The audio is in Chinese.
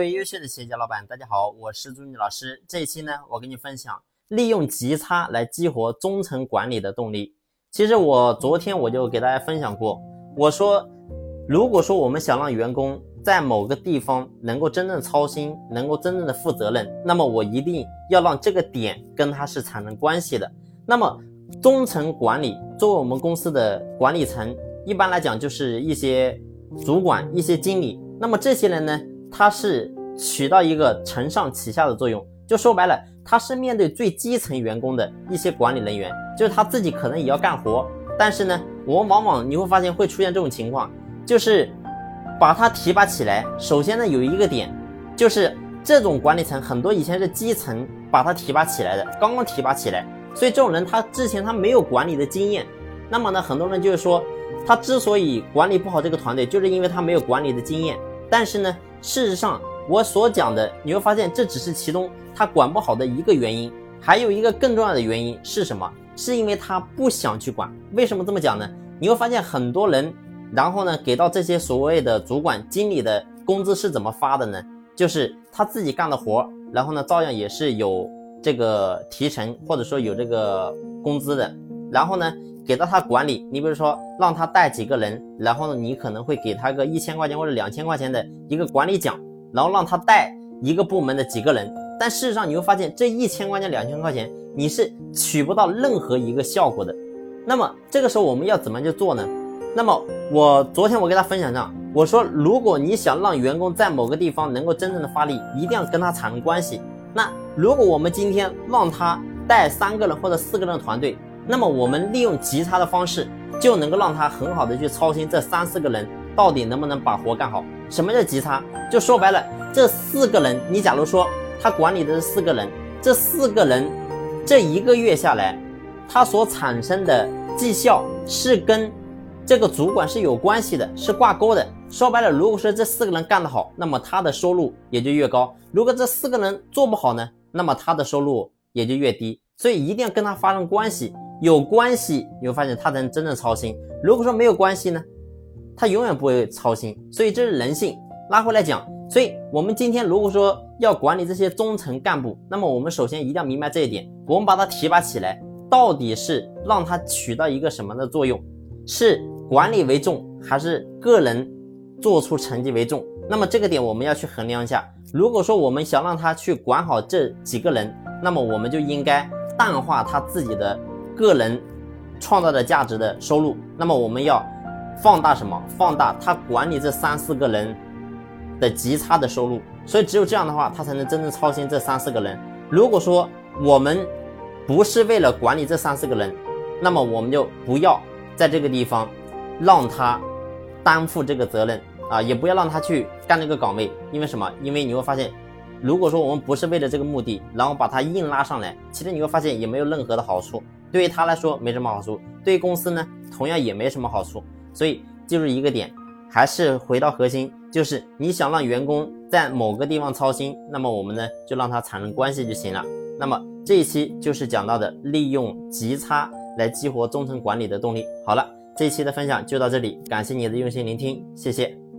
各位优秀的企业家老板，大家好，我是朱妮老师。这一期呢，我跟你分享利用极差来激活中层管理的动力。其实我昨天我就给大家分享过，我说如果说我们想让员工在某个地方能够真正操心，能够真正的负责任，那么我一定要让这个点跟他是产生关系的。那么中层管理作为我们公司的管理层，一般来讲就是一些主管、一些经理，那么这些人呢，他是起到一个承上启下的作用，就说白了，他是面对最基层员工的一些管理人员，就是他自己可能也要干活，但是呢，我们往往你会发现会出现这种情况，就是把他提拔起来。首先呢，有一个点，就是这种管理层很多以前是基层把他提拔起来的，刚刚提拔起来，所以这种人他之前他没有管理的经验。那么呢，很多人就是说他之所以管理不好这个团队，就是因为他没有管理的经验。但是呢，事实上我所讲的，你会发现这只是其中他管不好的一个原因，还有一个更重要的原因是什么？是因为他不想去管。为什么这么讲呢？你会发现很多人，然后呢，给到这些所谓的主管、经理的工资是怎么发的呢？就是他自己干的活，然后呢，照样也是有这个提成，或者说有这个工资的。然后呢，给到他管理，你比如说让他带几个人，然后呢，你可能会给他个1000块钱或者2000块钱的一个管理奖，然后让他带一个部门的几个人。但事实上你会发现，这1000块钱、2000块钱你是取不到任何一个效果的。那么这个时候我们要怎么去做呢？那么昨天我跟他分享上，我说如果你想让员工在某个地方能够真正的发力，一定要跟他产生关系。那如果我们今天让他带3个人或者4个人的团队，那么我们利用极差的方式，就能够让他很好的去操心这3、4个人到底能不能把活干好。什么叫极差？就说白了，这4个人，你假如说他管理的是4个人，这4个人这1个月下来，他所产生的绩效是跟这个主管是有关系的，是挂钩的。说白了，如果说这4个人干得好，那么他的收入也就越高；如果这4个人做不好呢，那么他的收入也就越低。所以一定要跟他发生关系，有关系你会发现他才能真正操心。如果说没有关系呢，他永远不会操心。所以这是人性。拉回来讲，所以我们今天如果说要管理这些中层干部，那么我们首先一定要明白这一点，我们把他提拔起来，到底是让他起到一个什么的作用？是管理为重，还是个人做出成绩为重？那么这个点我们要去衡量一下。如果说我们想让他去管好这几个人，那么我们就应该淡化他自己的个人创造的价值的收入。那么我们要放大什么？放大他管理这3、4个人的极差的收入。所以只有这样的话，他才能真正操心这3、4个人。如果说我们不是为了管理这3、4个人，那么我们就不要在这个地方让他担负这个责任啊，也不要让他去干这个岗位。因为什么？因为你会发现，如果说我们不是为了这个目的，然后把他硬拉上来，其实你会发现也没有任何的好处。对于他来说没什么好处，对于公司呢，同样也没什么好处。所以就是一个点，还是回到核心，就是你想让员工在某个地方操心，那么我们呢就让他产生关系就行了。那么这一期就是讲到的利用极差来激活中层管理的动力。好了，这一期的分享就到这里，感谢你的用心聆听，谢谢。